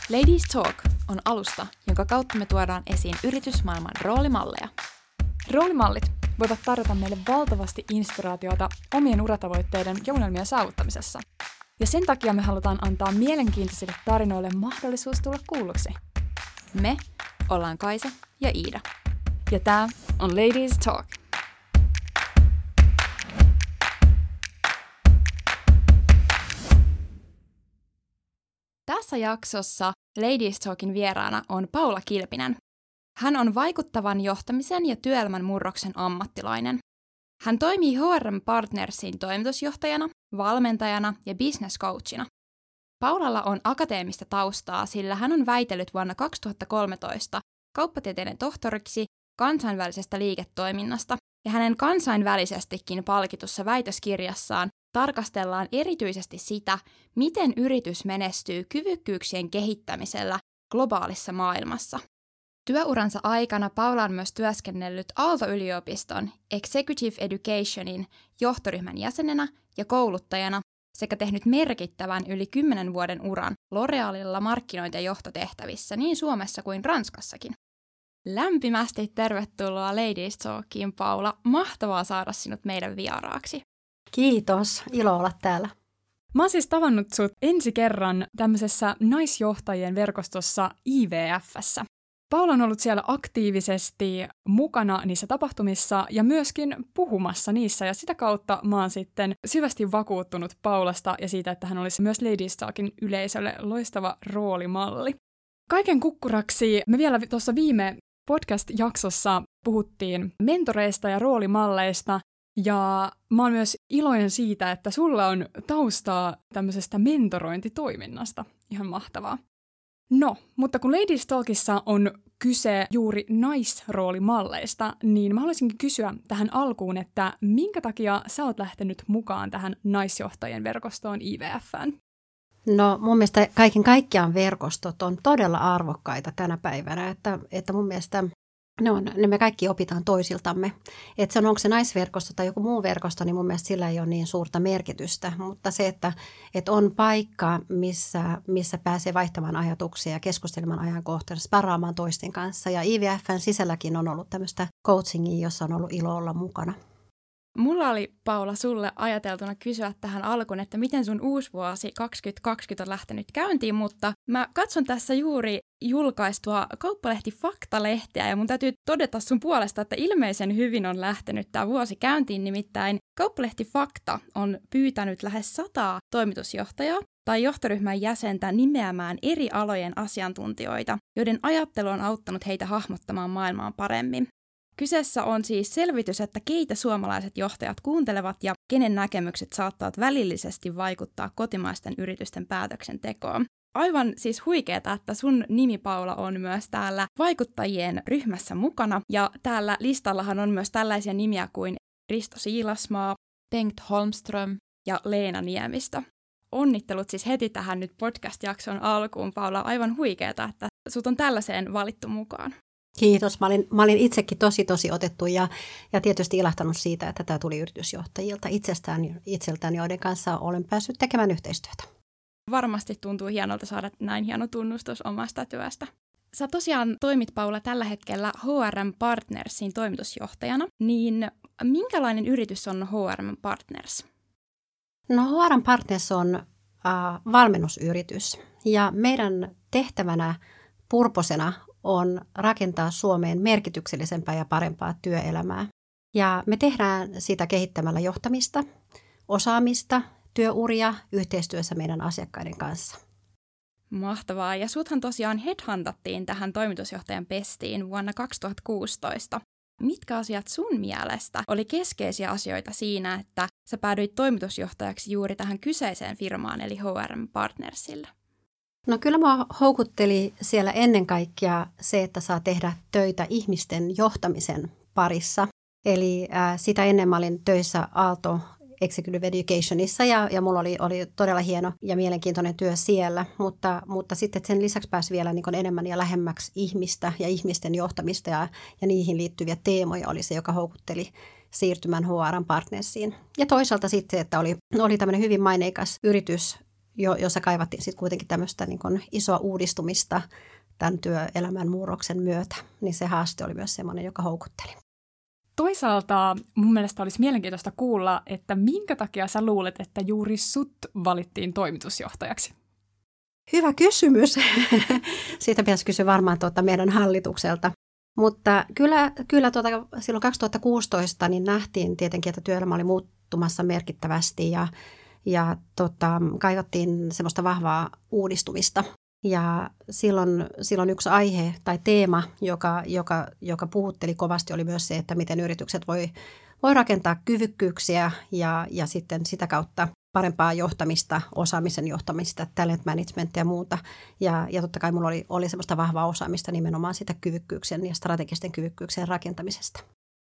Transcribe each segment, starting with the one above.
Ladies Talk on alusta, jonka kautta me tuodaan esiin yritysmaailman roolimalleja. Roolimallit voivat tarjota meille valtavasti inspiraatiota omien uratavoitteiden ja unelmien saavuttamisessa. Ja sen takia me halutaan antaa mielenkiintoisille tarinoille mahdollisuus tulla kuulluksi. Me ollaan Kaisa ja Iida. Ja tää on Ladies Talk. Tässä jaksossa Ladies Talkin vieraana on Paula Kilpinen. Hän on vaikuttavan johtamisen ja työelämän murroksen ammattilainen. Hän toimii HRM Partnersin toimitusjohtajana, valmentajana ja business coachina. Paulalla on akateemista taustaa, sillä hän on väitellyt vuonna 2013 kauppatieteiden tohtoriksi kansainvälisestä liiketoiminnasta, ja hänen kansainvälisestikin palkitussa väitöskirjassaan tarkastellaan erityisesti sitä, miten yritys menestyy kyvykkyyksien kehittämisellä globaalissa maailmassa. Työuransa aikana Paula on myös työskennellyt Aalto-yliopiston Executive Educationin johtoryhmän jäsenenä ja kouluttajana sekä tehnyt merkittävän yli 10 vuoden uran L'Orealilla markkinointi- ja johtotehtävissä niin Suomessa kuin Ranskassakin. Lämpimästi tervetuloa Ladies Talkiin, Paula. Mahtavaa saada sinut meidän vieraaksi. Kiitos, ilo olla täällä. Mä oon siis tavannut sut ensi kerran tämmöisessä naisjohtajien verkostossa IVF:ssä. Paula on ollut siellä aktiivisesti mukana niissä tapahtumissa ja myöskin puhumassa niissä, ja sitä kautta mä oon sitten syvästi vakuuttunut Paulasta ja siitä, että hän olisi myös Ladies Talkin yleisölle loistava roolimalli. Kaiken kukkuraksi me vielä tuossa viime podcast-jaksossa puhuttiin mentoreista ja roolimalleista, ja mä oon myös iloinen siitä, että sulla on taustaa tämmöisestä mentorointitoiminnasta. Ihan mahtavaa. No, mutta kun Ladies Talkissa on kyse juuri naisroolimalleista, niin mä haluaisinkin kysyä tähän alkuun, että minkä takia sä oot lähtenyt mukaan tähän naisjohtajien verkostoon IVF:ään? No mun mielestä kaiken kaikkiaan verkostot on todella arvokkaita tänä päivänä, että mun mielestä ne me kaikki opitaan toisiltamme. Että se onko se naisverkosto tai joku muu verkosto, niin mun mielestä sillä ei ole niin suurta merkitystä. Mutta se, että on paikka, missä pääsee vaihtamaan ajatuksia ja keskustelemaan ajankohtaisesti, sparraamaan toisten kanssa. Ja IVF:n sisälläkin on ollut tämmöistä coachingia, jossa on ollut ilo olla mukana. Mulla oli, Paula, sulle ajateltuna kysyä tähän alkuun, että miten sun uusi vuosi 2020 on lähtenyt käyntiin, mutta mä katson tässä juuri julkaistua Kauppalehti Fakta-lehteä, ja mun täytyy todeta sun puolesta, että ilmeisen hyvin on lähtenyt tämä vuosi käyntiin, nimittäin Kauppalehti Fakta on pyytänyt lähes 100 toimitusjohtajaa tai johtoryhmän jäsentä nimeämään eri alojen asiantuntijoita, joiden ajattelu on auttanut heitä hahmottamaan maailmaa paremmin. Kyseessä on siis selvitys, että keitä suomalaiset johtajat kuuntelevat ja kenen näkemykset saattavat välillisesti vaikuttaa kotimaisten yritysten päätöksentekoon. Aivan siis huikeeta, että sun nimi, Paula, on myös täällä vaikuttajien ryhmässä mukana, ja täällä listallahan on myös tällaisia nimiä kuin Risto Siilasmaa, Bengt Holmström ja Leena Niemistö. Onnittelut siis heti tähän nyt podcast-jakson alkuun, Paula. Aivan huikeeta, että sut on tällaiseen valittu mukaan. Kiitos. Mä olin itsekin tosi otettu ja tietysti ilahtanut siitä, että tämä tuli yritysjohtajilta itseltään, joiden kanssa olen päässyt tekemään yhteistyötä. Varmasti tuntuu hienolta saada näin hieno tunnustus omasta työstä. Sä tosiaan toimit, Paula, tällä hetkellä HRM Partnersin toimitusjohtajana, niin minkälainen yritys on HRM Partners? No HRM Partners on valmennusyritys, ja meidän tehtävänä purposena on rakentaa Suomeen merkityksellisempää ja parempaa työelämää. Ja me tehdään sitä kehittämällä johtamista, osaamista, työuria yhteistyössä meidän asiakkaiden kanssa. Mahtavaa. Ja suthan tosiaan headhuntattiin tähän toimitusjohtajan pestiin vuonna 2016. Mitkä asiat sun mielestä oli keskeisiä asioita siinä, että sä päädyit toimitusjohtajaksi juuri tähän kyseiseen firmaan, eli HRM Partnersille? No kyllä mä houkutteli siellä ennen kaikkea se, että saa tehdä töitä ihmisten johtamisen parissa. Eli sitä ennen mä olin töissä Aalto Executive Educationissa ja mulla oli todella hieno ja mielenkiintoinen työ siellä, mutta sitten sen lisäksi pääsi vielä niin kuin enemmän ja lähemmäksi ihmistä ja ihmisten johtamista ja niihin liittyviä teemoja oli se, joka houkutteli siirtymään HRM Partnersiin. Ja toisaalta sitten, että oli tämmöinen hyvin maineikas yritys, jossa kaivattiin sitten kuitenkin tämmöistä niin kuin isoa uudistumista tämän työelämän murroksen myötä, niin se haaste oli myös semmoinen, joka houkutteli. Toisaalta mun mielestä olisi mielenkiintoista kuulla, että minkä takia sä luulet, että juuri sut valittiin toimitusjohtajaksi? Hyvä kysymys. Siitä pitäisi kysyä varmaan meidän hallitukselta. Mutta kyllä silloin 2016 niin nähtiin tietenkin, että työelämä oli muuttumassa merkittävästi ja kaivattiin semmoista vahvaa uudistumista. Ja silloin yksi aihe tai teema, joka puhutteli kovasti, oli myös se, että miten yritykset voi rakentaa kyvykkyyksiä ja sitten sitä kautta parempaa johtamista, osaamisen johtamista, talent managementia ja muuta. Ja totta kai mulla oli semmoista vahvaa osaamista nimenomaan sitä kyvykkyyksien ja strategisten kyvykkyyksien rakentamisesta.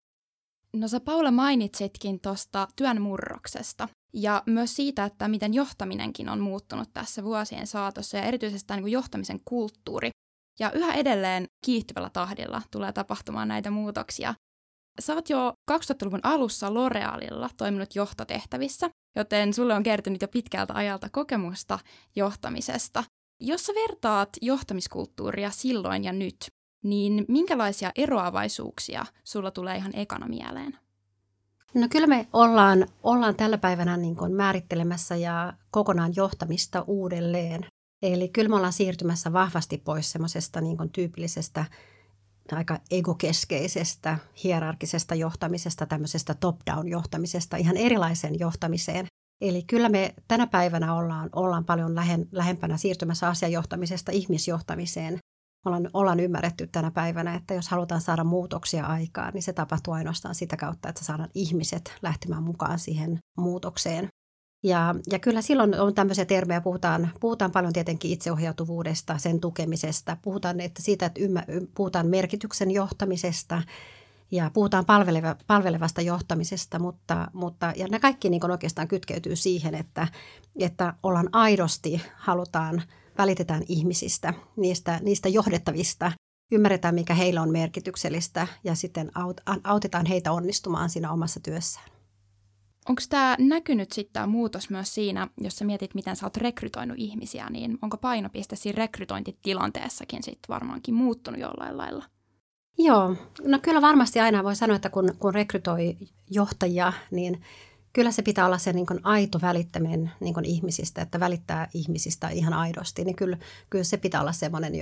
No sä Paula mainitsitkin tuosta työn murroksesta ja myös siitä, että miten johtaminenkin on muuttunut tässä vuosien saatossa ja erityisesti tämä niin kuin johtamisen kulttuuri. Ja yhä edelleen kiihtyvällä tahdilla tulee tapahtumaan näitä muutoksia. Sä oot jo 2000-luvun alussa L'Orealilla toiminut johtotehtävissä, joten sulle on kertynyt jo pitkältä ajalta kokemusta johtamisesta. Jos sä vertaat johtamiskulttuuria silloin ja nyt, niin minkälaisia eroavaisuuksia sulla tulee ihan ekana mieleen? No kyllä me ollaan tällä päivänä niin kuin määrittelemässä ja kokonaan johtamista uudelleen. Eli kyllä me ollaan siirtymässä vahvasti pois semmoisesta niin kuin tyypillisestä aika egokeskeisestä, hierarkisesta johtamisesta, tämmöisestä top-down johtamisesta ihan erilaiseen johtamiseen. Eli kyllä me tänä päivänä ollaan paljon lähempänä siirtymässä asiajohtamisesta ihmisjohtamiseen. Ollaan ymmärretty tänä päivänä, että jos halutaan saada muutoksia aikaan, niin se tapahtuu ainoastaan sitä kautta, että saadaan ihmiset lähtemään mukaan siihen muutokseen. Ja kyllä silloin on tämmöisiä termejä, puhutaan paljon tietenkin itseohjautuvuudesta, sen tukemisesta, puhutaan puhutaan merkityksen johtamisesta ja puhutaan palvelevasta johtamisesta, mutta ja ne kaikki niin kuin oikeastaan kytkeytyy siihen, että ollaan aidosti, välitetään ihmisistä, niistä johdettavista, ymmärretään mikä heillä on merkityksellistä ja sitten autetaan heitä onnistumaan siinä omassa työssään. Onko tämä näkynyt sitten tämä muutos myös siinä, jos sä mietit, miten sä oot rekrytoinut ihmisiä, niin onko painopiste siinä rekrytointitilanteessakin sitten varmaankin muuttunut jollain lailla? Joo, no kyllä varmasti aina voi sanoa, että kun rekrytoi johtajia, niin kyllä se pitää olla se niin kuin aito välittäminen niin kuin ihmisistä, että välittää ihmisistä ihan aidosti. Niin kyllä se pitää olla semmoinen,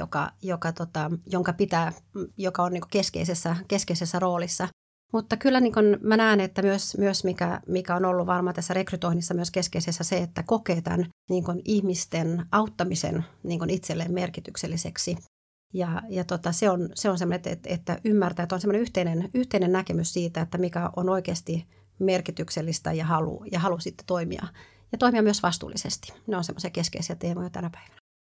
joka on niin kuin keskeisessä roolissa. Mutta kyllä niin kuin mä näen, että myös mikä on ollut varmaan tässä rekrytoinnissa myös keskeisessä se, että kokee tämän niin kuin ihmisten auttamisen niin kuin itselleen merkitykselliseksi. Ja se on semmoinen, että ymmärtää, että on semmoinen yhteinen näkemys siitä, että mikä on oikeasti merkityksellistä ja halu sitten toimia. Ja toimia myös vastuullisesti. Ne on semmoisia keskeisiä teemoja tänä päivänä.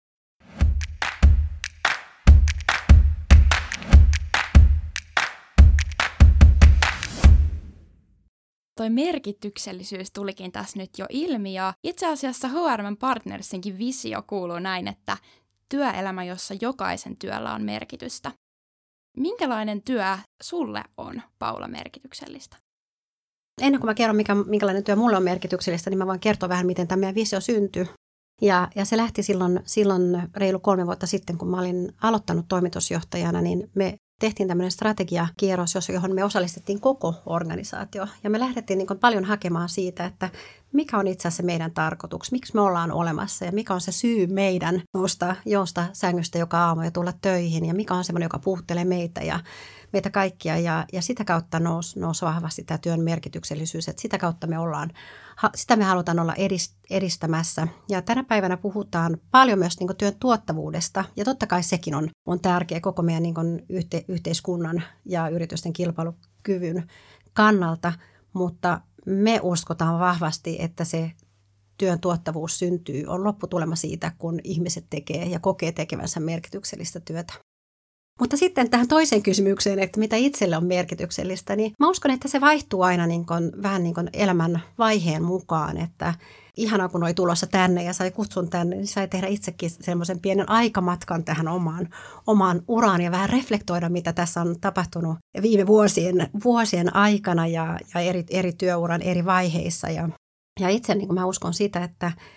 Toi merkityksellisyys tulikin tässä nyt jo ilmi ja itse asiassa H&M Partnersinkin visio kuuluu näin, että työelämä, jossa jokaisen työllä on merkitystä. Minkälainen työ sulle on, Paula, merkityksellistä? Ennen kuin mä kerron, minkälainen työ mulle on merkityksellistä, niin mä voin kertoa vähän, miten tämä meidän visio syntyi. Ja se lähti silloin reilu 3 vuotta sitten, kun mä olin aloittanut toimitusjohtajana, niin me tehtiin tämmöinen strategiakierros, johon me osallistettiin koko organisaatio. Ja me lähdettiin niin kuin paljon hakemaan siitä, että mikä on itse asiassa meidän tarkoitus, miksi me ollaan olemassa ja mikä on se syy meidän jousta sängystä joka aamu ja tulla töihin ja mikä on semmoinen, joka puhuttelee meitä ja meitä kaikkia. Ja sitä kautta nousi vahvasti tämä työn merkityksellisyys, että sitä kautta sitä me halutaan olla edistämässä. Ja tänä päivänä puhutaan paljon myös niin kuin työn tuottavuudesta ja totta kai sekin on tärkeä koko meidän niin kuin yhteiskunnan ja yritysten kilpailukyvyn kannalta, mutta me uskotaan vahvasti, että se työn tuottavuus on lopputulema siitä, kun ihmiset tekee ja kokee tekevänsä merkityksellistä työtä. Mutta sitten tähän toiseen kysymykseen, että mitä itselle on merkityksellistä, niin mä uskon, että se vaihtuu aina vähän niin kuin elämän vaiheen mukaan, että ihanaa kun oli tulossa tänne ja sai kutsun tänne, niin sai tehdä itsekin semmoisen pienen aikamatkan tähän omaan uraan ja vähän reflektoida, mitä tässä on tapahtunut viime vuosien aikana ja eri työuran eri vaiheissa. Ja itse niin kuin mä uskon sitä, että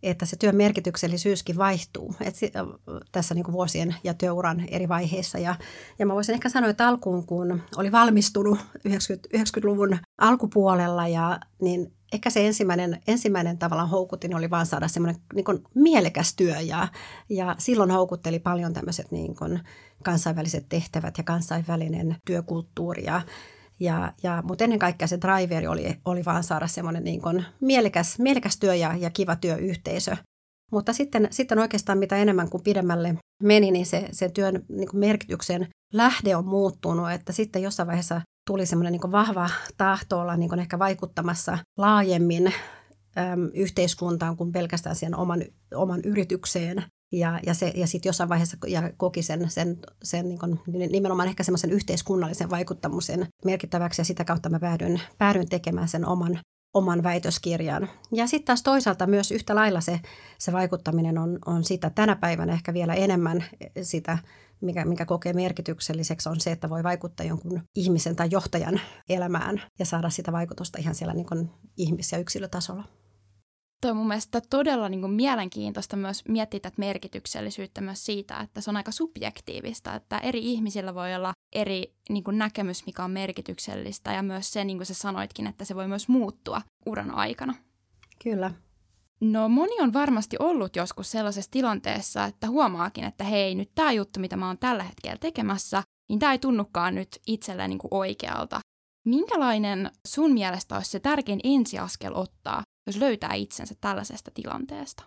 että se työn merkityksellisyyskin vaihtuu tässä niin kuin vuosien ja työuran eri vaiheissa. Ja mä voisin ehkä sanoa, että alkuun, kun oli valmistunut 90-luvun alkupuolella, niin ehkä se ensimmäinen tavallaan houkutin oli vaan saada semmoinen niin kuin mielekäs työ ja silloin houkutteli paljon tämmöiset niin kuin kansainväliset tehtävät ja kansainvälinen työkulttuuri mutta ennen kaikkea se driveri oli vaan saada semmoinen niin kuin mielekäs työ ja kiva työyhteisö. Mutta sitten oikeastaan mitä enemmän kuin pidemmälle meni, niin se työn niin kuin merkityksen lähde on muuttunut, että sitten jossain vaiheessa tuli semmoinen niin kuin vahva tahto olla niin kuin ehkä vaikuttamassa laajemmin yhteiskuntaan kuin pelkästään siihen oman yritykseen. Ja sitten jossain vaiheessa koki sen niin kuin, nimenomaan ehkä semmoisen yhteiskunnallisen vaikuttamisen merkittäväksi ja sitä kautta mä päädyin tekemään sen oman väitöskirjan. Ja sitten taas toisaalta myös yhtä lailla se vaikuttaminen on sitä tänä päivänä ehkä vielä enemmän sitä, mikä kokee merkitykselliseksi, on se, että voi vaikuttaa jonkun ihmisen tai johtajan elämään ja saada sitä vaikutusta ihan siellä niin kuin ihmis- ja yksilötasolla. Tuo on mun mielestä todella niin kuin mielenkiintoista myös miettiä tätä merkityksellisyyttä myös siitä, että se on aika subjektiivista, että eri ihmisillä voi olla eri niin kuin näkemys, mikä on merkityksellistä ja myös se, niin kuin sä sanoitkin, että se voi myös muuttua uran aikana. Kyllä. No moni on varmasti ollut joskus sellaisessa tilanteessa, että huomaakin, että hei, nyt tämä juttu, mitä mä oon tällä hetkellä tekemässä, niin tämä ei tunnukaan nyt itselleen niin kuin oikealta. Minkälainen sun mielestä olisi se tärkein ensiaskel ottaa, jos löytää itsensä tällaisesta tilanteesta?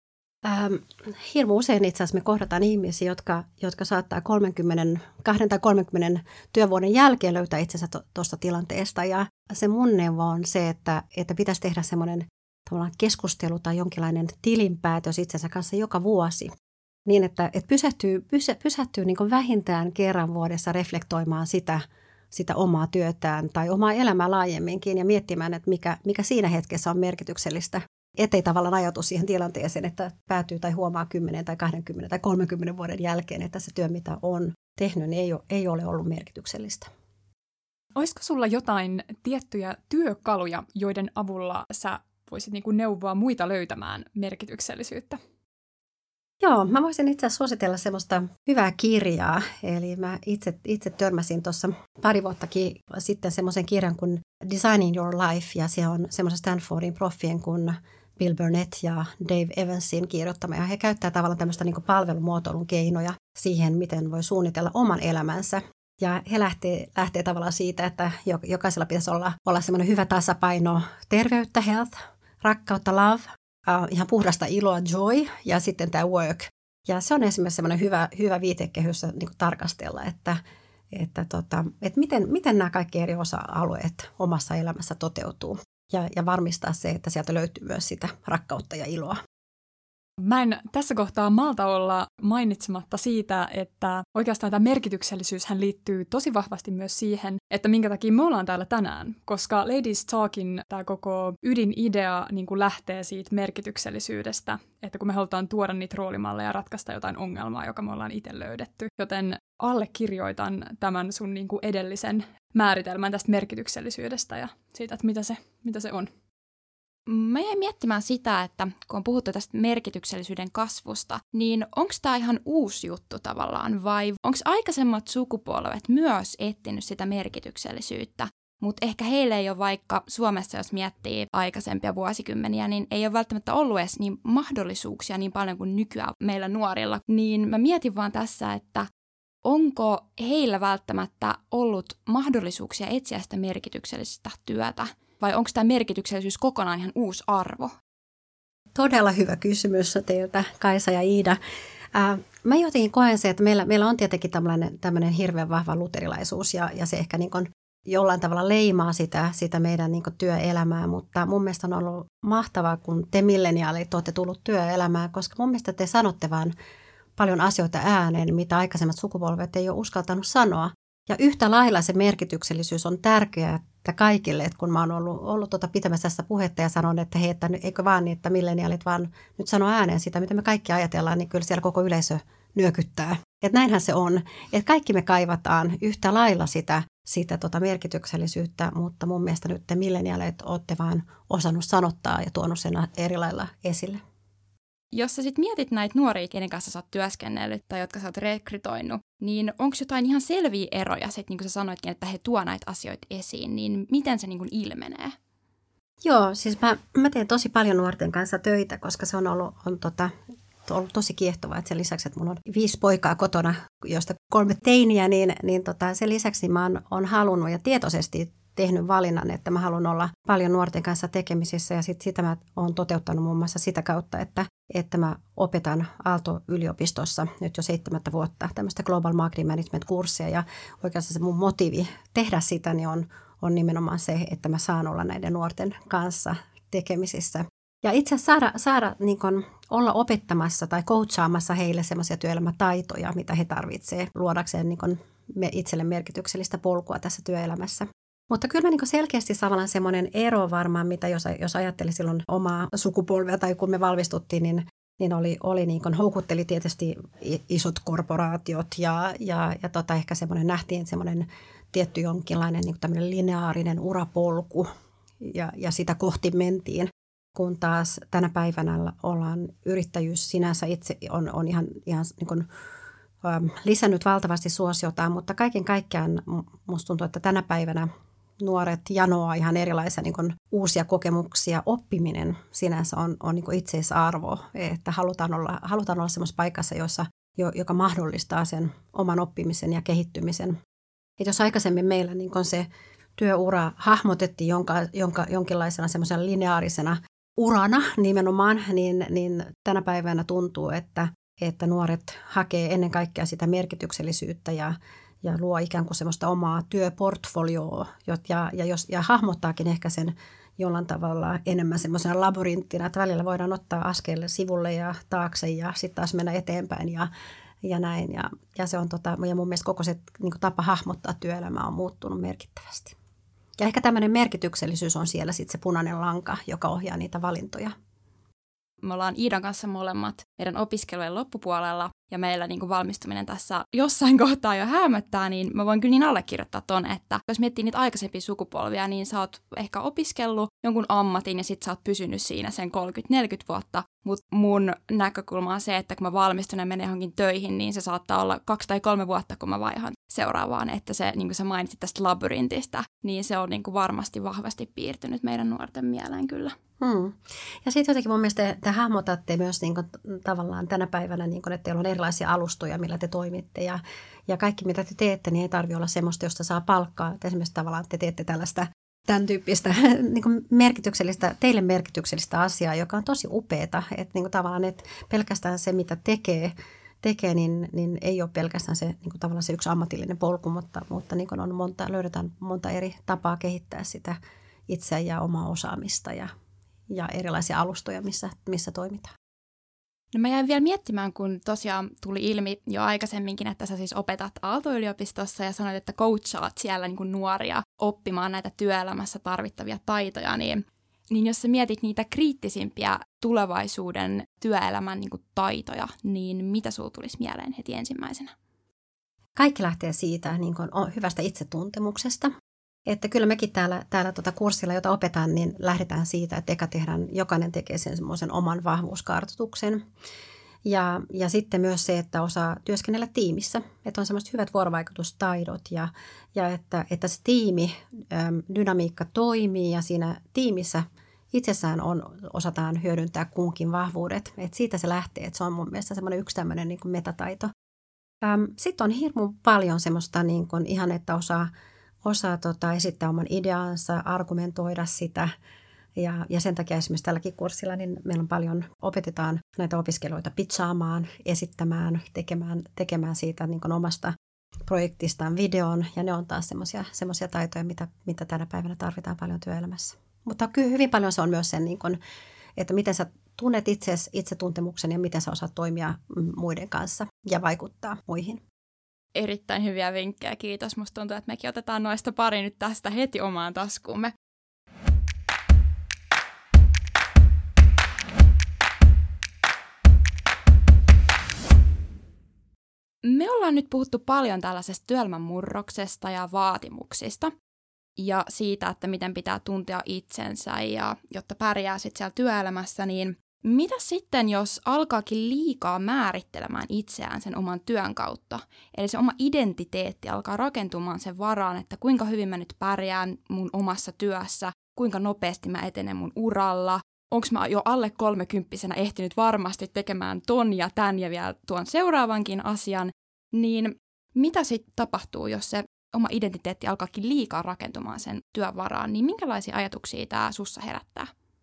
Hirmu usein itse asiassa me kohdataan ihmisiä, jotka saattaa 2 tai 30 työvuoden jälkeen löytää itsensä tuosta tilanteesta. Ja se mun neuvo on se, että pitäisi tehdä semmoinen tavallaan keskustelu tai jonkinlainen tilinpäätös itsensä kanssa joka vuosi. Niin, että pysähtyy niin kuin vähintään kerran vuodessa reflektoimaan sitä omaa työtään tai omaa elämää laajemminkin ja miettimään, että mikä siinä hetkessä on merkityksellistä. Ettei tavallaan ajatus siihen tilanteeseen, että päätyy tai huomaa 10 tai 20 tai 30 vuoden jälkeen, että se työ, mitä on tehnyt, niin ei ole ollut merkityksellistä. Olisiko sulla jotain tiettyjä työkaluja, joiden avulla sä voisit niin kuin neuvoa muita löytämään merkityksellisyyttä? Joo, mä voisin itse asiassa suositella semmoista hyvää kirjaa. Eli mä itse törmäsin tuossa pari vuottakin sitten semmoisen kirjan kuin Designing Your Life, ja se on semmoisen Stanfordin proffien kuin Bill Burnett ja Dave Evansin kirjoittama. Ja he käyttää tavallaan tämmöistä niin kuin palvelumuotoilun keinoja siihen, miten voi suunnitella oman elämänsä. Ja he lähtee tavallaan siitä, että jokaisella pitäisi olla semmoinen hyvä tasapaino terveyttä, health, rakkautta, love, ihan puhdasta iloa, joy, ja sitten tämä work. Ja se on esimerkiksi semmoinen hyvä viitekehys niin kuin tarkastella, että miten nämä kaikki eri osa-alueet omassa elämässä toteutuu. Ja varmistaa se, että sieltä löytyy myös sitä rakkautta ja iloa. Mä en tässä kohtaa malta olla mainitsematta siitä, että oikeastaan tämä merkityksellisyyshän liittyy tosi vahvasti myös siihen, että minkä takia me ollaan täällä tänään. Koska Ladies Talkin tämä koko ydinidea niin kuin lähtee siitä merkityksellisyydestä, että kun me halutaan tuoda niitä roolimalleja ja ratkaista jotain ongelmaa, joka me ollaan itse löydetty. Joten allekirjoitan tämän sun niin kuin edellisen määritelmän tästä merkityksellisyydestä ja siitä, että mitä se on. Mä jäin miettimään sitä, että kun on puhuttu tästä merkityksellisyyden kasvusta, niin onko tämä ihan uusi juttu tavallaan vai onko aikaisemmat sukupolvet myös etsinyt sitä merkityksellisyyttä? Mutta ehkä heille ei ole vaikka Suomessa, jos miettii aikaisempia vuosikymmeniä, niin ei ole välttämättä ollut edes niin mahdollisuuksia niin paljon kuin nykyään meillä nuorilla. Niin mä mietin vaan tässä, että onko heillä välttämättä ollut mahdollisuuksia etsiä sitä merkityksellistä työtä? Vai onko tämä merkityksellisyys kokonaan ihan uusi arvo? Todella hyvä kysymys teiltä, Kaisa ja Iida. Mä jotenkin koen se, että meillä on tietenkin tämmöinen hirveän vahva luterilaisuus ja se ehkä niin kuin jollain tavalla leimaa sitä meidän niin kuin työelämää, mutta mun mielestä on ollut mahtavaa, kun te milleniaalit olette tullut työelämään, koska mun mielestä te sanotte vaan paljon asioita ääneen, mitä aikaisemmat sukupolvet ei ole uskaltanut sanoa. Ja yhtä lailla se merkityksellisyys on tärkeää että kaikille, että kun mä oon ollut pitämässä tässä puhetta ja sanon, että hei, että eikö vaan niin, että milleniaalit vaan nyt sano ääneen sitä, mitä me kaikki ajatellaan, niin kyllä siellä koko yleisö nyökyttää. Että näinhän se on, että kaikki me kaivataan yhtä lailla sitä merkityksellisyyttä, mutta mun mielestä nyt te milleniaalit olette vaan osannut sanottaa ja tuonut sen eri lailla esille. Jos sä sit mietit näitä nuoria, kenen kanssa sä oot työskennellyt tai jotka sä oot rekrytoinut, niin onko jotain ihan selviä eroja, sit, niin kuin sä sanoitkin, että he tuo näitä asioita esiin, niin miten se niin kuin ilmenee? Joo, siis mä teen tosi paljon nuorten kanssa töitä, koska se on ollut tosi kiehtovaa, että sen lisäksi, että mulla on 5 poikaa kotona, joista 3 teiniä, niin sen lisäksi mä oon halunnut ja tietoisesti tehnyt valinnan, että mä haluan olla paljon nuorten kanssa tekemisissä ja sitä mä oon toteuttanut muun muassa sitä kautta, että mä opetan Aalto-yliopistossa nyt jo 7 vuotta tämmöistä Global Marketing Management-kurssia ja oikeastaan se mun motiivi tehdä sitä niin on nimenomaan se, että mä saan olla näiden nuorten kanssa tekemisissä. Ja itse asiassa saada niin kun olla opettamassa tai coachaamassa heille semmoisia työelämätaitoja, mitä he tarvitsevat luodakseen niin kun itselle merkityksellistä polkua tässä työelämässä. Mutta kyllä mä niin selkeästi samalla semmoinen ero varmaan, mitä jos ajattelin silloin omaa sukupolvea tai kun me valmistuttiin, niin oli niin kuin houkutteli tietysti isot korporaatiot ja ehkä semmoinen nähtiin semmoinen tietty jonkinlainen niin kuin tämmöinen lineaarinen urapolku ja sitä kohti mentiin. Kun taas tänä päivänä ollaan yrittäjyys sinänsä itse on ihan niin kuin lisännyt valtavasti suosiotaan, mutta kaiken kaikkiaan musta tuntuu, että tänä päivänä nuoret janoaa ihan erilaisia niin kuin uusia kokemuksia. Oppiminen sinänsä on niin kuin itseisarvo, että halutaan olla semmoisessa paikassa, joka mahdollistaa sen oman oppimisen ja kehittymisen. Et jos aikaisemmin meillä niin kuin se työura hahmotettiin jonkinlaisena semmoisena lineaarisena urana nimenomaan, niin tänä päivänä tuntuu, että nuoret hakee ennen kaikkea sitä merkityksellisyyttä ja luo ikään kuin semmoista omaa työportfolioa ja hahmottaakin ehkä sen jollain tavalla enemmän semmoisena labyrinttina, että välillä voidaan ottaa askel sivulle ja taakse ja sitten taas mennä eteenpäin ja näin. Ja se on ja mun mielestä koko se niin kuin tapa hahmottaa työelämää on muuttunut merkittävästi. Ja ehkä tämmöinen merkityksellisyys on siellä sitten se punainen lanka, joka ohjaa niitä valintoja. Me ollaan Iidan kanssa molemmat meidän opiskelujen loppupuolella ja meillä niin kuin valmistuminen tässä jossain kohtaa jo häämöttää, niin mä voin kyllä niin allekirjoittaa ton, että jos miettii niitä aikaisempia sukupolvia, niin sä oot ehkä opiskellut jonkun ammatin ja sit sä oot pysynyt siinä sen 30-40 vuotta, mutta mun näkökulma on se, että kun mä valmistun ja menen johonkin töihin, niin se saattaa olla 2 tai 3 vuotta, kun mä vaihan seuraavaan, että se, niin kuin sä mainitsit tästä labyrintistä, niin se on niin kuin varmasti vahvasti piirtynyt meidän nuorten mieleen kyllä. Ja sitten jotenkin mun mielestä te hahmotatte myös niin kuin, tavallaan tänä päivänä, niin kuin, että teillä on erilaisia alustoja, millä te toimitte ja kaikki mitä te teette, niin ei tarvitse olla semmoista, josta saa palkkaa. Että esimerkiksi tavallaan te teette tällaista tämän tyyppistä niin kuin teille merkityksellistä asiaa, joka on tosi upeata. Että niin kuin tavallaan, että pelkästään se, mitä tekee niin ei ole pelkästään se, niin kuin tavallaan se yksi ammatillinen polku, mutta niin kuin löydetään monta eri tapaa kehittää sitä itseä ja omaa osaamista ja erilaisia alustoja, missä toimitaan. No mä jäin vielä miettimään, kun tosiaan tuli ilmi jo aikaisemminkin, että sä siis opetat Aalto-yliopistossa ja sanoit, että coachaat siellä niin kuin nuoria oppimaan näitä työelämässä tarvittavia taitoja, niin jos sä mietit niitä kriittisimpiä tulevaisuuden työelämän niin kuin taitoja, niin mitä sulla tulisi mieleen heti ensimmäisenä? Kaikki lähtee siitä niin kuin hyvästä itsetuntemuksesta. Että kyllä mekin täällä kurssilla, jota opetan, niin lähdetään siitä, että jokainen tekee sen semmoisen oman vahvuuskartoituksen. Ja sitten myös se, että osaa työskennellä tiimissä, että on semmoiset hyvät vuorovaikutustaidot ja että se tiimidynamiikka toimii ja siinä tiimissä itsessään osataan hyödyntää kunkin vahvuudet. Että siitä se lähtee, että se on mun mielestä semmoinen yksi tämmöinen niin kuin metataito. Sitten on hirmu paljon semmoista niin kuin ihan, että osaa esittää oman ideansa, argumentoida sitä. Ja sen takia esimerkiksi tälläkin kurssilla niin meillä on paljon, opetetaan näitä opiskelijoita pitchaamaan, esittämään, tekemään siitä niin kuin omasta projektistaan videon. Ja ne on taas semmoisia taitoja, mitä tänä päivänä tarvitaan paljon työelämässä. Mutta kyllä hyvin paljon se on myös sen, niin kuin, että miten sä tunnet itsetuntemuksen ja miten sä osaat toimia muiden kanssa ja vaikuttaa muihin. Erittäin hyviä vinkkejä, kiitos. Musta tuntuu, että mekin otetaan noista pari nyt tästä heti omaan taskuumme. Me ollaan nyt puhuttu paljon tällaisesta työelämän murroksesta ja vaatimuksista ja siitä, että miten pitää tuntea itsensä ja jotta pärjää sitten siellä työelämässä, niin Mitä sitten, jos alkaakin liikaa määrittelemään itseään sen oman työn kautta? Eli se oma identiteetti alkaa rakentumaan sen varaan, että kuinka hyvin mä nyt pärjään mun omassa työssä, kuinka nopeasti mä etenen mun uralla, onko mä jo alle 30-vuotiaana ehtinyt varmasti tekemään ton ja tän ja vielä tuon seuraavankin asian, niin mitä sitten tapahtuu, jos se oma identiteetti alkaakin liikaa rakentumaan sen työn varaan, niin minkälaisia ajatuksia tämä sussa herättää?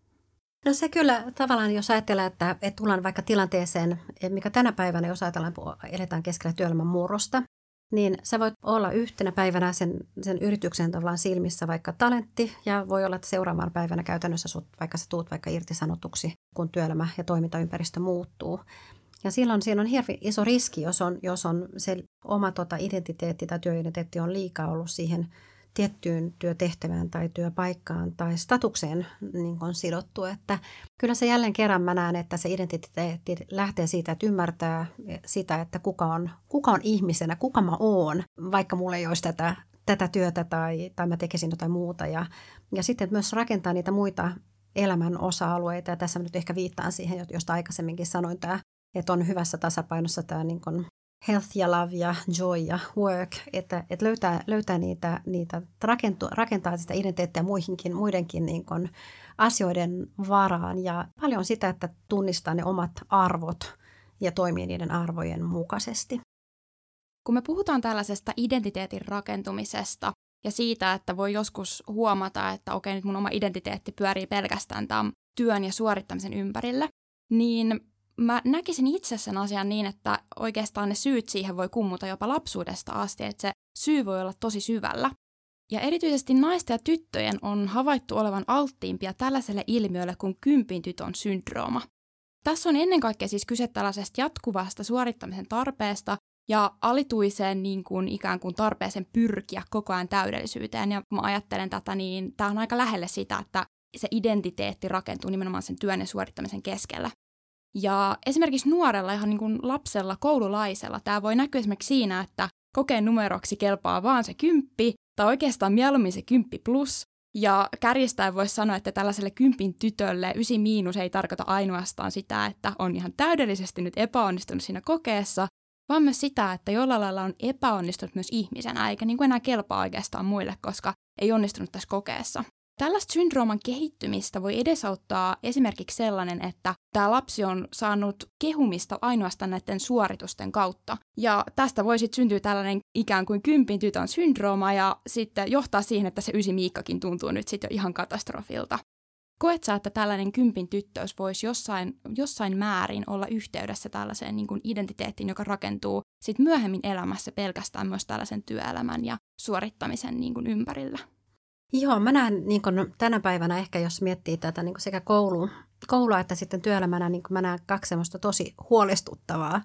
No se kyllä tavallaan, jos ajatellaan, että tullaan vaikka tilanteeseen, mikä tänä päivänä, jos ajatellaan, eletään keskellä työelämän murrosta, niin sä voit olla yhtenä päivänä sen yrityksen tavallaan silmissä vaikka talentti, ja voi olla, että seuraavana päivänä käytännössä vaikka sä tuut vaikka irtisanotuksi, kun työelämä ja toimintaympäristö muuttuu. Ja silloin siinä on hirveän iso riski, jos on se oma identiteetti tai työidentiteetti on liikaa ollut siihen tiettyyn työtehtävään tai työpaikkaan tai statukseen niin on sidottu. Että kyllä se jälleen kerran mä näen, että se identiteetti lähtee siitä, että ymmärtää sitä, että kuka on ihmisenä, kuka mä oon, vaikka mulla ei olisi tätä työtä tai mä tekisin jotain muuta. Ja sitten myös rakentaa niitä muita elämän osa-alueita. Ja tässä mä nyt ehkä viittaan siihen, josta aikaisemminkin sanoin, että on hyvässä tasapainossa tämä niin kuin health ja love ja joy ja work, että löytää niitä rakentaa sitä identiteettiä muidenkin niin kuin asioiden varaan ja paljon sitä, että tunnistaa ne omat arvot ja toimii niiden arvojen mukaisesti. Kun me puhutaan tällaisesta identiteetin rakentumisesta ja siitä, että voi joskus huomata, että okei, nyt mun oma identiteetti pyörii pelkästään tämän työn ja suorittamisen ympärille, niin mä näkisin itse sen asian niin, että oikeastaan ne syyt siihen voi kummuta jopa lapsuudesta asti, että se syy voi olla tosi syvällä. Ja erityisesti naisten ja tyttöjen on havaittu olevan alttiimpia tällaiselle ilmiölle kuin kympin tytön syndrooma. Tässä on ennen kaikkea siis kyse tällaisesta jatkuvasta suorittamisen tarpeesta ja alituiseen niin kuin ikään kuin tarpeeseen pyrkiä koko ajan täydellisyyteen. Ja kun mä ajattelen tätä, niin tämä on aika lähelle sitä, että se identiteetti rakentuu nimenomaan sen työn ja suorittamisen keskellä. Ja esimerkiksi nuorella, ihan niin kuin lapsella, koululaisella, tämä voi näkyä esimerkiksi siinä, että kokeen numeroksi kelpaa vaan se 10, tai oikeastaan mieluummin se 10+. Ja kärjistäen voisi sanoa, että tällaiselle 10 tytölle 9- ei tarkoita ainoastaan sitä, että on ihan täydellisesti nyt epäonnistunut siinä kokeessa, vaan myös sitä, että jollain lailla on epäonnistunut myös ihmisenä, eikä niin kuin enää kelpaa oikeastaan muille, koska ei onnistunut tässä kokeessa. Tällaista syndrooman kehittymistä voi edesauttaa esimerkiksi sellainen, että tämä lapsi on saanut kehumista ainoastaan näiden suoritusten kautta. Ja tästä voi sitten syntyä tällainen ikään kuin 10 tytön syndrooma ja sitten johtaa siihen, että se 9 Miikkakin tuntuu nyt sitten jo ihan katastrofilta. Koet sä, että tällainen 10 tyttöys voisi jossain määrin olla yhteydessä tällaiseen niin kuin identiteettiin, joka rakentuu sitten myöhemmin elämässä pelkästään myös tällaisen työelämän ja suorittamisen niin kuin ympärillä? Joo, mä näen niin kun tänä päivänä ehkä, jos miettii tätä niin kun sekä koulua että sitten työelämänä, niin mä näen 2 semmoista tosi huolestuttavaa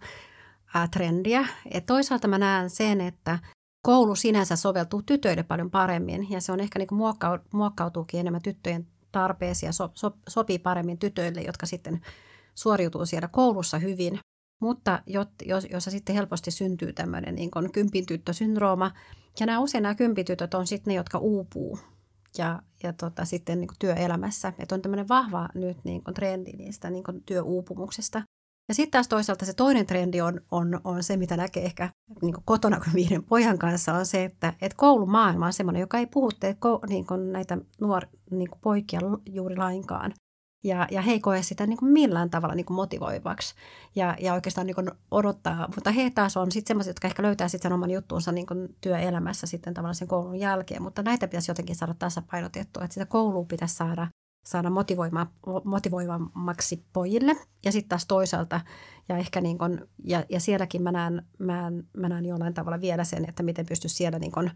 trendiä. Et toisaalta mä näen sen, että koulu sinänsä soveltuu tytöille paljon paremmin ja se on ehkä niin kun muokkautuukin enemmän tyttöjen tarpeisiin ja sopii paremmin tytöille, jotka sitten suoriutuu siellä koulussa hyvin. Mutta jos sitten helposti syntyy tämmöinen niin kuin 10 tyttösyndrooma, ja usein nämä 10 tytöt on sitten ne, jotka uupuu ja sitten niin kuin työelämässä. Että on tämmöinen vahva nyt niin kuin trendi niistä niin kuin työuupumuksesta. Ja sitten taas toisaalta se toinen trendi on se, mitä näkee ehkä niin kuin kotona kuin 5 pojan kanssa, on se, että koulumaailma on semmoinen, joka ei puhuttele niin kuin näitä niin kuin poikia juuri lainkaan. Ja he ei koe sitä niin kuin millään tavalla niin kuin motivoivaksi ja oikeastaan niin kuin odottaa. Mutta he taas on sitten semmoiset, jotka ehkä löytää sitten sen oman juttuunsa niin kuin työelämässä sitten tavallaan sen koulun jälkeen. Mutta näitä pitäisi jotenkin saada tasapainotettua, että sitä koulua pitäisi saada motivoivammaksi pojille. Ja sitten taas toisaalta, ja ehkä niin kuin, ja sielläkin mä näen jollain tavalla vielä sen, että miten pystyisi siellä niin kuin,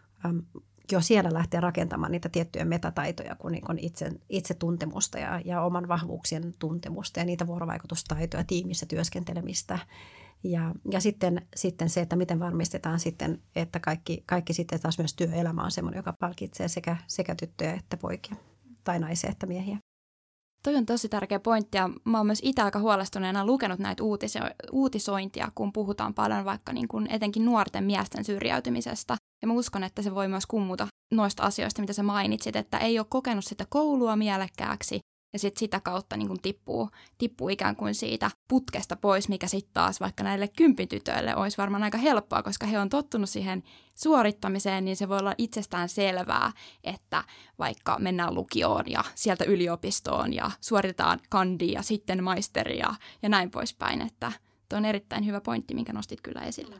jo siellä lähteä rakentamaan niitä tiettyjä metataitoja kuin itsetuntemusta ja oman vahvuuksien tuntemusta ja niitä vuorovaikutustaitoja, tiimissä työskentelemistä. Ja sitten se, että miten varmistetaan sitten, että kaikki sitten taas myös työelämä on semmoinen, joka palkitsee sekä tyttöjä että poikia tai naisia että miehiä. Toi on tosi tärkeä pointti ja mä oon myös itse aika huolestuneena lukenut näitä uutisointia, kun puhutaan paljon vaikka niin kuin etenkin nuorten miesten syrjäytymisestä. Ja mä uskon, että se voi myös kummuta noista asioista, mitä sä mainitsit, että ei ole kokenut sitä koulua mielekkääksi ja sitten sitä kautta niin kuin tippuu ikään kuin siitä putkesta pois, mikä sitten taas vaikka näille 10 tytöille olisi varmaan aika helppoa, koska he on tottunut siihen suorittamiseen, niin se voi olla itsestään selvää, että vaikka mennään lukioon ja sieltä yliopistoon ja suoritetaan kandi ja sitten maisteri ja näin poispäin, että tuo on erittäin hyvä pointti, minkä nostit kyllä esille.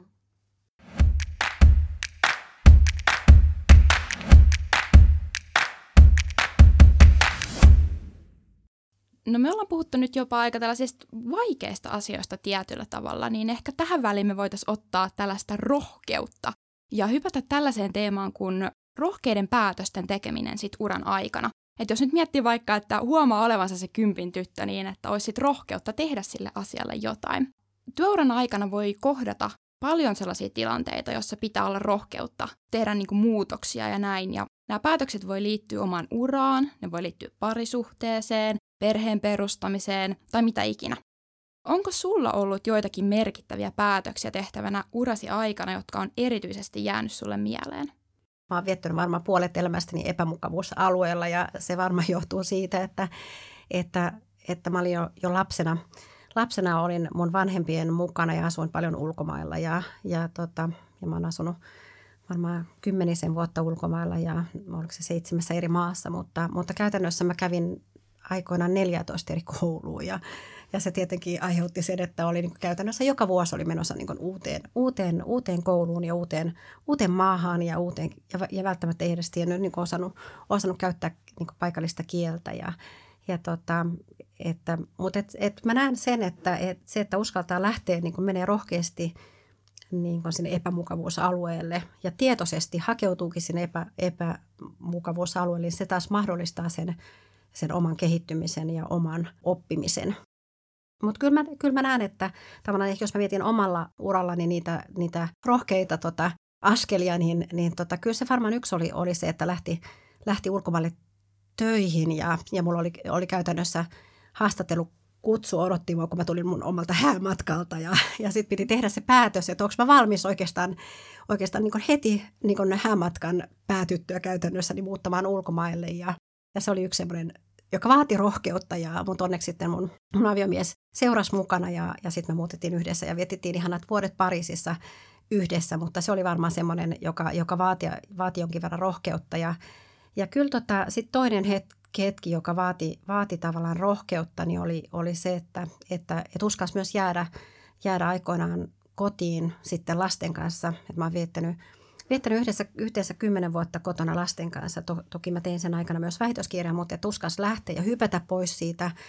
No me ollaan puhuttu nyt jopa aika tällaisista vaikeista asioista tietyllä tavalla, niin ehkä tähän väliin me voitaisiin ottaa tällaista rohkeutta ja hypätä tällaiseen teemaan kuin rohkeiden päätösten tekeminen sit uran aikana. Että jos nyt miettii vaikka, että huomaa olevansa se 10 tyttö niin, että olisi sit rohkeutta tehdä sille asialle jotain. Työuran aikana voi kohdata paljon sellaisia tilanteita, joissa pitää olla rohkeutta tehdä niinku muutoksia ja näin. Ja nämä päätökset voi liittyä omaan uraan, ne voi liittyä parisuhteeseen, perheen perustamiseen tai mitä ikinä. Onko sulla ollut joitakin merkittäviä päätöksiä tehtävänä urasi aikana, jotka on erityisesti jäänyt sulle mieleen? Mä oon viettänyt varmaan puolet elämästäni epämukavuusalueella ja se varmaan johtuu siitä, että mä olin jo lapsena olin mun vanhempien mukana ja asuin paljon ulkomailla ja mä oon asunut varmaan 10 vuotta ulkomailla ja oliko se 7 eri maassa, mutta käytännössä mä kävin aikoinaan 14 eri kouluun ja se tietenkin aiheutti sen, että oli niin kuin käytännössä joka vuosi oli menossa niin kuin uuteen kouluun ja uuteen maahan ja välttämättä ei edes tiennyt niin kuin osannut käyttää niin kuin paikallista kieltä mutta mä näen sen, että se, että uskaltaa lähteä niin kuin menee rohkeasti niin kuin sinne epämukavuusalueelle ja tietoisesti hakeutuukin sinne epämukavuusalueelle, niin se taas mahdollistaa sen oman kehittymisen ja oman oppimisen. Mutta kyllä mä näen, että tavallaan jos mä mietin omalla urallani niitä rohkeita askelia, niin kyllä se varmaan yksi oli se, että lähti ulkomaille töihin ja mulla oli käytännössä haastattelukutsu odotti mua, kun mä tulin mun omalta häämatkalta ja sitten piti tehdä se päätös, että onko mä valmis oikeastaan niin kuin heti niin kuin häämatkan päätyttyä käytännössä niin muuttamaan ulkomaille ja se oli yksi semmoinen, joka vaati rohkeutta mutta onneksi sitten mun aviomies seurasi mukana ja sitten me muutettiin yhdessä ja vietettiin ihanat vuodet Pariisissa yhdessä, mutta se oli varmaan semmoinen, joka vaati jonkin verran rohkeutta ja kyllä sitten toinen hetki, joka vaati tavallaan rohkeutta, niin oli se, että uskalsi myös jäädä aikoinaan kotiin sitten lasten kanssa, että mä oon viettänyt yhteensä 10 vuotta kotona lasten kanssa. Toki mä tein sen aikana myös väitöskirjan, mutta että uskalsi lähteä ja hypätä pois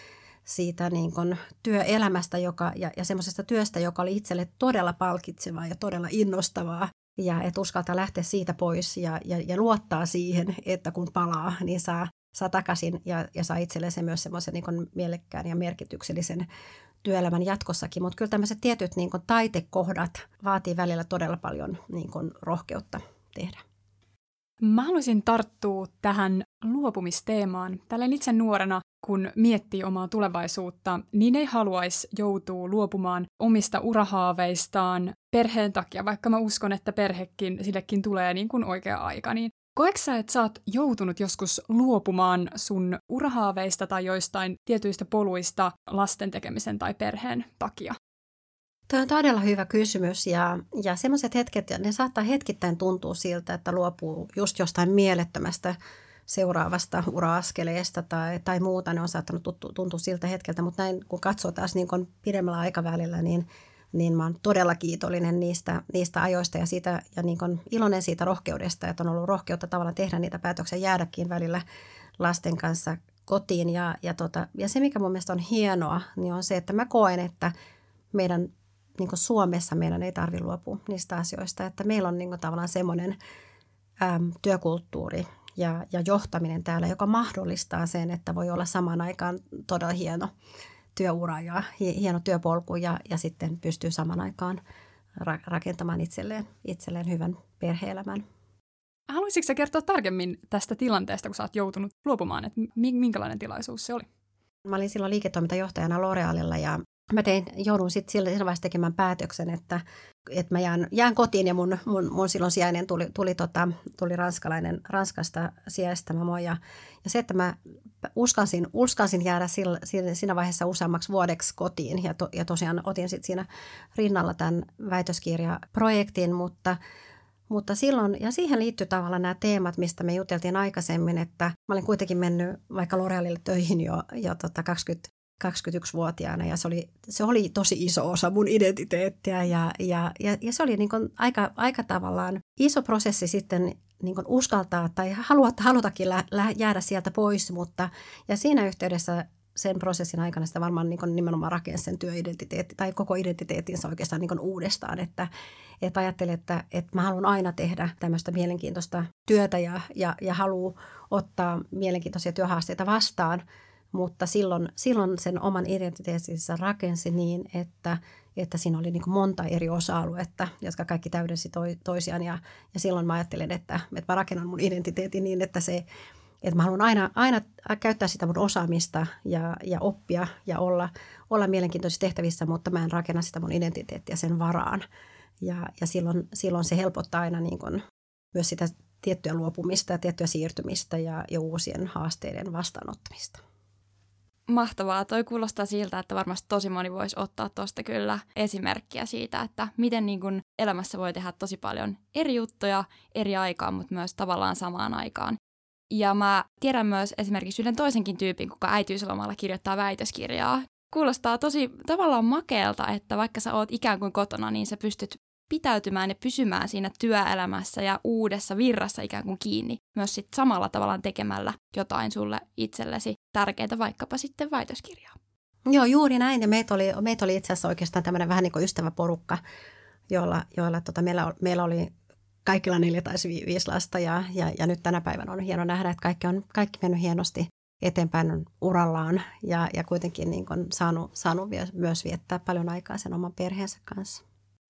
siitä niin kuin työelämästä ja semmoisesta työstä, joka oli itselle todella palkitsevaa ja todella innostavaa. Ja että uskaltaa lähteä siitä pois ja luottaa siihen, että kun palaa, niin saa takaisin ja saa itselleen myös semmoisen niin kuin mielekkään ja merkityksellisen työelämän jatkossakin, mutta kyllä tämmöiset tietyt niin kuin taitekohdat vaatii välillä todella paljon niin kuin rohkeutta tehdä. Mä haluaisin tarttua tähän luopumisteemaan. Tällainen itse nuorena, kun miettii omaa tulevaisuutta, niin ei haluaisi joutua luopumaan omista urahaaveistaan perheen takia, vaikka mä uskon, että sillekin tulee niin kuin oikea aika. Niin koetko sä, että sä oot joutunut joskus luopumaan sun urahaaveista tai joistain tietyistä poluista lasten tekemisen tai perheen takia? Tuo on todella hyvä kysymys ja semmoiset hetket, ne saattaa hetkittäin tuntua siltä, että luopuu just jostain mielettömästä seuraavasta ura-askeleesta tai muuta. Ne on saattanut tuntua siltä hetkeltä, mutta näin kun katsoo taas niin kun pidemmällä aikavälillä, niin mä oon todella kiitollinen niistä ajoista ja niin kun iloinen siitä rohkeudesta, että on ollut rohkeutta tavallaan tehdä niitä päätöksiä, jäädäkin välillä lasten kanssa kotiin. Ja se, mikä mun mielestä on hienoa, niin on se, että mä koen, että meidän niin kuin Suomessa meidän ei tarvitse luopua niistä asioista, että meillä on niin kuin tavallaan semmoinen työkulttuuri ja johtaminen täällä, joka mahdollistaa sen, että voi olla samaan aikaan todella hieno työura ja hieno työpolku ja sitten pystyy samaan aikaan rakentamaan itselleen hyvän perhe-elämän. Haluaisitko sä kertoa tarkemmin tästä tilanteesta, kun sä oot joutunut luopumaan, että minkälainen tilaisuus se oli? Mä olin silloin liiketoimintajohtajana L'Orealilla ja joudun sitten siinä vaiheessa tekemään päätöksen, että mä jään kotiin ja mun silloin sijainen tuli Ranskasta sijaistamaan mua. Ja se, että mä uskalsin jäädä siinä vaiheessa useammaksi vuodeksi kotiin ja tosiaan otin sitten siinä rinnalla tämän väitöskirjaprojektin, mutta silloin, ja siihen liittyy tavallaan nämä teemat, mistä me juteltiin aikaisemmin, että mä olin kuitenkin mennyt vaikka L'Orealille töihin jo 21-vuotiaana ja se oli tosi iso osa mun identiteettiä ja se oli niin kuin aika tavallaan iso prosessi sitten niin kuin uskaltaa tai halutakin jäädä sieltä pois, mutta ja siinä yhteydessä sen prosessin aikana sitä varmaan niin kuin nimenomaan rakensi sen työidentiteetti tai koko identiteettinsä oikeastaan niin kuin uudestaan, että ajattelin, että mä haluan aina tehdä tämmöistä mielenkiintoista työtä ja haluan ottaa mielenkiintoisia työhaasteita vastaan. Mutta silloin sen oman identiteettinsä rakensi niin, että siinä oli niin kuin monta eri osa-aluetta, jotka kaikki täydensi toisiaan. Ja silloin mä ajattelin, että mä rakennan mun identiteetin niin, että mä haluan aina käyttää sitä mun osaamista ja oppia ja olla mielenkiintoisissa tehtävissä, mutta mä en rakenna sitä mun identiteettiä sen varaan. Ja silloin se helpottaa aina niin kuin myös sitä tiettyä luopumista ja tiettyä siirtymistä ja uusien haasteiden vastaanottamista. Mahtavaa. Toi kuulostaa siltä, että varmasti tosi moni voisi ottaa tuosta kyllä esimerkkiä siitä, että miten niin kun elämässä voi tehdä tosi paljon eri juttuja eri aikaan, mutta myös tavallaan samaan aikaan. Ja mä tiedän myös esimerkiksi yhden toisenkin tyypin, kuka äitiyslomalla kirjoittaa väitöskirjaa. Kuulostaa tosi tavallaan makealta, että vaikka sä oot ikään kuin kotona, niin sä pystyt pitäytymään ja pysymään siinä työelämässä ja uudessa virrassa ikään kuin kiinni. Myös sit samalla tavallaan tekemällä jotain sulle itsellesi tärkeää, vaikkapa sitten väitöskirjaa. Joo, juuri näin. Ja meitä oli itse asiassa oikeastaan tämmöinen vähän niin kuin ystäväporukka, jolla meillä oli kaikilla 4 tai 5 lasta. Ja nyt tänä päivänä on hieno nähdä, että kaikki mennyt hienosti eteenpäin urallaan ja kuitenkin niin kuin saanut myös viettää paljon aikaa sen oman perheensä kanssa.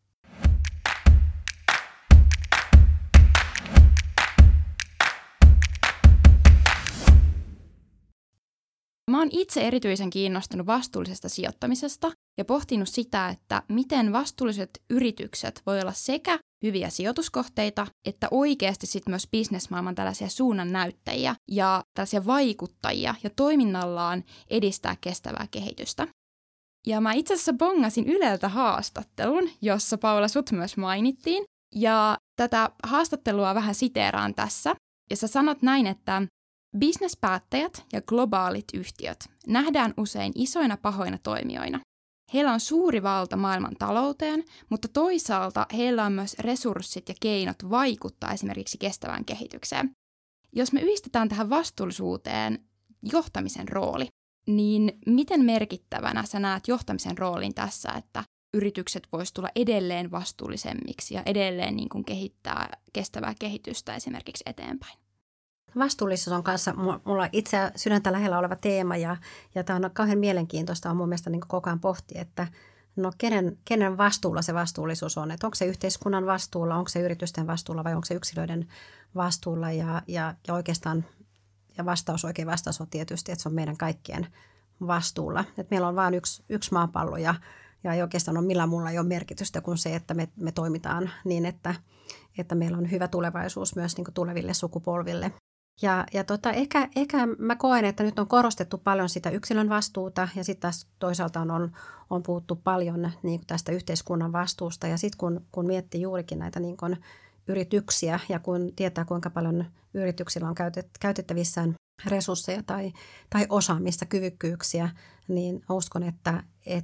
Mä oon itse erityisen kiinnostunut vastuullisesta sijoittamisesta ja pohtinut sitä, että miten vastuulliset yritykset voi olla sekä hyviä sijoituskohteita, että oikeasti sitten myös bisnesmaailman tällaisia suunnannäyttäjiä ja tällaisia vaikuttajia ja toiminnallaan edistää kestävää kehitystä. Ja mä itse asiassa bongasin Yleltä haastattelun, jossa Paula sut myös mainittiin. Ja tätä haastattelua vähän siteeraan tässä. Ja sä sanot näin, että bisnespäättäjät ja globaalit yhtiöt nähdään usein isoina pahoina toimijoina. Heillä on suuri valta maailman talouteen, mutta toisaalta heillä on myös resurssit ja keinot vaikuttaa esimerkiksi kestävään kehitykseen. Jos me yhdistetään tähän vastuullisuuteen johtamisen rooli, niin miten merkittävänä sä näet johtamisen roolin tässä, että yritykset vois tulla edelleen vastuullisemmiksi ja edelleen niin kuin kehittää kestävää kehitystä esimerkiksi eteenpäin? Vastuullisuus on kanssa mulla itse sydäntä lähellä oleva teema ja tämä on kauhean mielenkiintoista on mun mielestä niin koko ajan pohtia, että no kenen vastuulla se vastuullisuus on, että onko se yhteiskunnan vastuulla, onko se yritysten vastuulla vai onko se yksilöiden vastuulla ja oikeastaan ja oikein vastaus on tietysti, että se on meidän kaikkien vastuulla, että meillä on vain yksi maapallo ja ei oikeastaan ole millään muulla ei ole merkitystä kuin se, että me toimitaan niin, että meillä on hyvä tulevaisuus myös niin kuin tuleville sukupolville. Ja ehkä mä koen, että nyt on korostettu paljon sitä yksilön vastuuta ja sitten taas toisaalta on puhuttu paljon niin kuin tästä yhteiskunnan vastuusta. Ja sitten kun miettii juurikin näitä niin kuin yrityksiä ja kun tietää kuinka paljon yrityksillä on käytettävissään resursseja tai osaamista, kyvykkyyksiä, niin uskon, että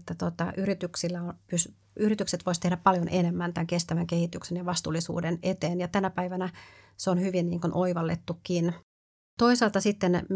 yritykset voisivat tehdä paljon enemmän tämän kestävän kehityksen ja vastuullisuuden eteen. Ja tänä päivänä se on hyvin niin kuin oivallettukin. Toisaalta sitten,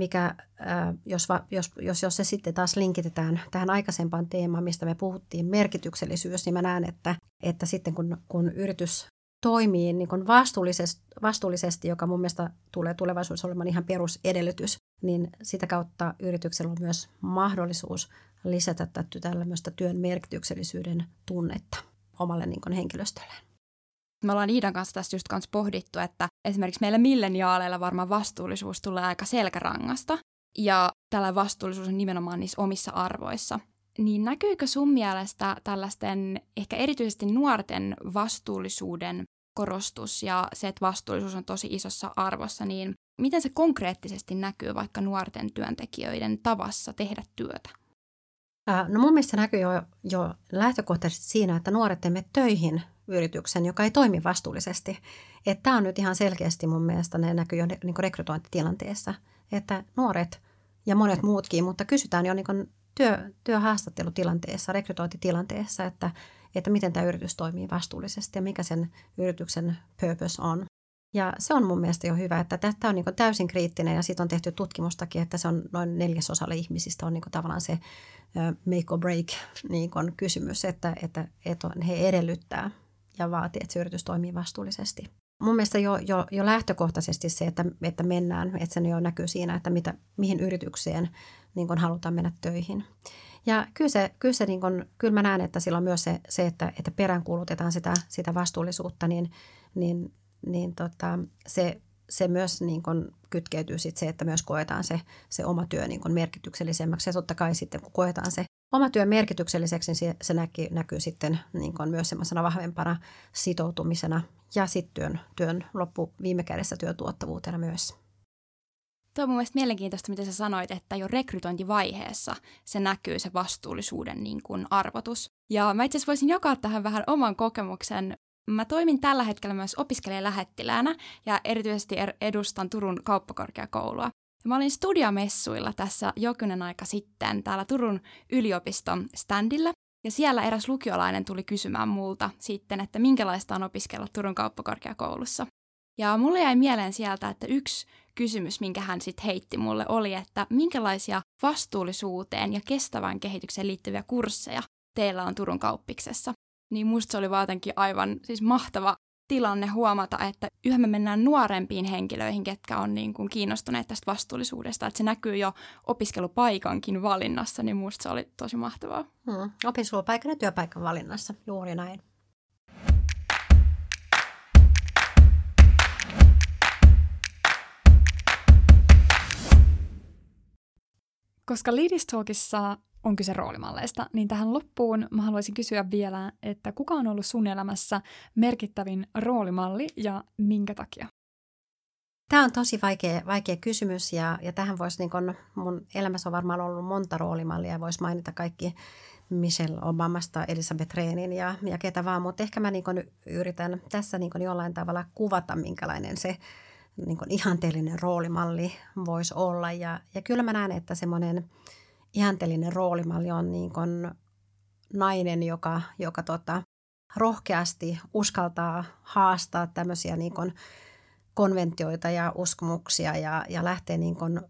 jos se sitten taas linkitetään tähän aikaisempaan teemaan, mistä me puhuttiin, merkityksellisyys, niin mä näen, että sitten kun yritys toimii niin kuin vastuullisesti, joka mun mielestä tulee tulevaisuudessa olemaan ihan perusedellytys, niin sitä kautta yrityksellä on myös mahdollisuus lisätä tällaista työn merkityksellisyyden tunnetta omalle niin kuin henkilöstölleen. Me ollaan Iidan kanssa tästä just kanssa pohdittu, että esimerkiksi meillä milleniaaleilla varmaan vastuullisuus tulee aika selkärangasta ja tällä vastuullisuus on nimenomaan niissä omissa arvoissa. niin näkyykö sun mielestä tällaisten ehkä erityisesti nuorten vastuullisuuden korostus ja se, että vastuullisuus on tosi isossa arvossa, niin miten se konkreettisesti näkyy vaikka nuorten työntekijöiden tavassa tehdä työtä? No mun mielestä se näkyy jo lähtökohtaisesti siinä, että nuoret teemme töihin yrityksen, joka ei toimi vastuullisesti. Että tämä on nyt ihan selkeästi mun mielestä, ne näkyy jo niin kuin rekrytointitilanteessa, että nuoret ja monet muutkin, mutta kysytään jo niin kuin työhaastattelutilanteessa, rekrytointitilanteessa, että miten tämä yritys toimii vastuullisesti ja mikä sen yrityksen purpose on. Ja se on mun mielestä jo hyvä, että tämä on niin kuin täysin kriittinen ja siitä on tehty tutkimustakin, että se on noin 4% ihmisistä on niin kuin tavallaan se make or break niin kuin kysymys, että he edellyttää ja vaatii, että se yritys toimii vastuullisesti. Mun mielestä jo lähtökohtaisesti se, että mennään, että se jo näkyy siinä, että mihin yritykseen niin kuin halutaan mennä töihin. Ja kyllä se niin kuin, kyllä mä näen, että silloin myös se että peräänkuulutetaan sitä vastuullisuutta, se myös niin kuin kytkeytyy sitten se, että myös koetaan se oma työ niin kuin merkityksellisemmäksi. Ja totta kai sitten, kun koetaan se oma työ merkitykselliseksi, niin se näkyy sitten niin kuin myös semmoisena vahvempana sitoutumisena ja sitten työn viime kädessä työn tuottavuutena myös. Tuo on mun mielestä mielenkiintoista, mitä sä sanoit, että jo rekrytointivaiheessa se näkyy se vastuullisuuden niin kuin arvotus. Ja mä itse asiassa voisin jakaa tähän vähän oman kokemuksen. Mä toimin tällä hetkellä myös opiskelijalähettiläänä ja erityisesti edustan Turun kauppakorkeakoulua. Ja mä olin studiamessuilla tässä jokunen aika sitten täällä Turun yliopiston standilla. Ja siellä eräs lukiolainen tuli kysymään multa sitten, että minkälaista on opiskella Turun kauppakorkeakoulussa. Ja mulle jäi mieleen sieltä, että yksi kysymys, minkä hän sitten heitti mulle, oli, että minkälaisia vastuullisuuteen ja kestävään kehitykseen liittyviä kursseja teillä on Turun kauppiksessa. Niin musta se oli vaan jotenkin aivan siis mahtava tilanne huomata, että yhä me mennään nuorempiin henkilöihin, ketkä on niin kuin kiinnostuneet tästä vastuullisuudesta. Että se näkyy jo opiskelupaikankin valinnassa, niin musta se oli tosi mahtavaa. Opiskelupaikan ja työpaikan valinnassa, juuri näin. Koska Leaders Talkissa on kyse roolimalleista, niin tähän loppuun mä haluaisin kysyä vielä, että kuka on ollut sun elämässä merkittävin roolimalli ja minkä takia? Tämä on tosi vaikea kysymys ja tähän voisi, niin kun mun elämässä on varmaan ollut monta roolimallia, voisi mainita kaikki Michelle Obamasta, Elizabeth Rehnin ja ketä vaan, mutta ehkä mä niin kun yritän tässä niin kun jollain tavalla kuvata, minkälainen se niin kun ihanteellinen roolimalli voisi olla ja kyllä mä näen, että semmoinen ihanteellinen roolimalli on niin kuin nainen, joka rohkeasti uskaltaa haastaa tämmöisiä niin kuin konventioita ja uskomuksia ja lähtee niin kuin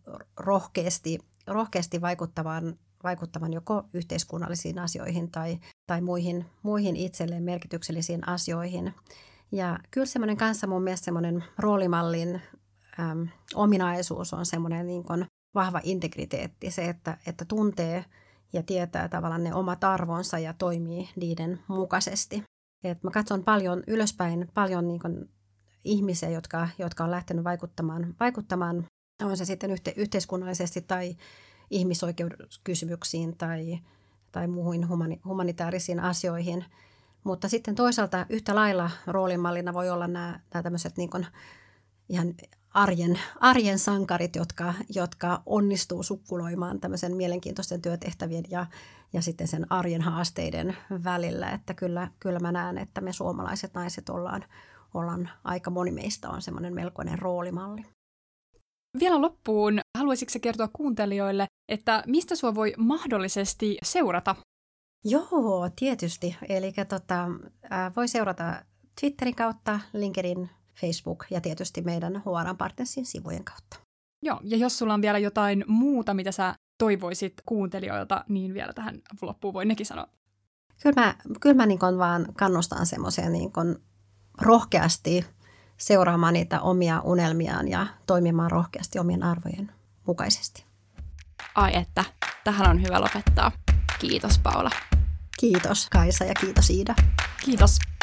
rohkeasti vaikuttamaan joko yhteiskunnallisiin asioihin tai muihin itselleen merkityksellisiin asioihin. Ja kyllä semmoinen kanssa mun mielestä semmoinen roolimallin ominaisuus on semmoinen niin kuin vahva integriteetti, se, että tuntee ja tietää tavallaan ne omat arvonsa ja toimii niiden mukaisesti. Et mä katson paljon ylöspäin, paljon niin kuin ihmisiä, jotka on lähtenyt vaikuttamaan on se sitten yhteiskunnallisesti tai ihmisoikeuskysymyksiin tai muihin humanitaarisiin asioihin. Mutta sitten toisaalta yhtä lailla roolimallina voi olla nämä tämmöiset niin kuin ihan arjen sankarit, jotka onnistuu sukkuloimaan tämmöisen mielenkiintoisten työtehtävien ja sitten sen arjen haasteiden välillä. Että kyllä mä näen, että me suomalaiset naiset ollaan aika moni meistä on semmoinen melkoinen roolimalli. Vielä loppuun, haluaisitko sä kertoa kuuntelijoille, että mistä sua voi mahdollisesti seurata? Joo, tietysti. Eli voi seurata Twitterin kautta, LinkedIn, Facebook ja tietysti meidän HR Partnersin sivujen kautta. Joo, ja jos sulla on vielä jotain muuta, mitä sä toivoisit kuuntelijoilta, niin vielä tähän loppuun voi nekin sanoa. Kyllä mä niin kuin vaan kannustan semmoiseen niin kuin rohkeasti seuraamaan niitä omia unelmiaan ja toimimaan rohkeasti omien arvojen mukaisesti. Ai että, tähän on hyvä lopettaa. Kiitos Paula. Kiitos Kaisa ja kiitos Iida. Kiitos.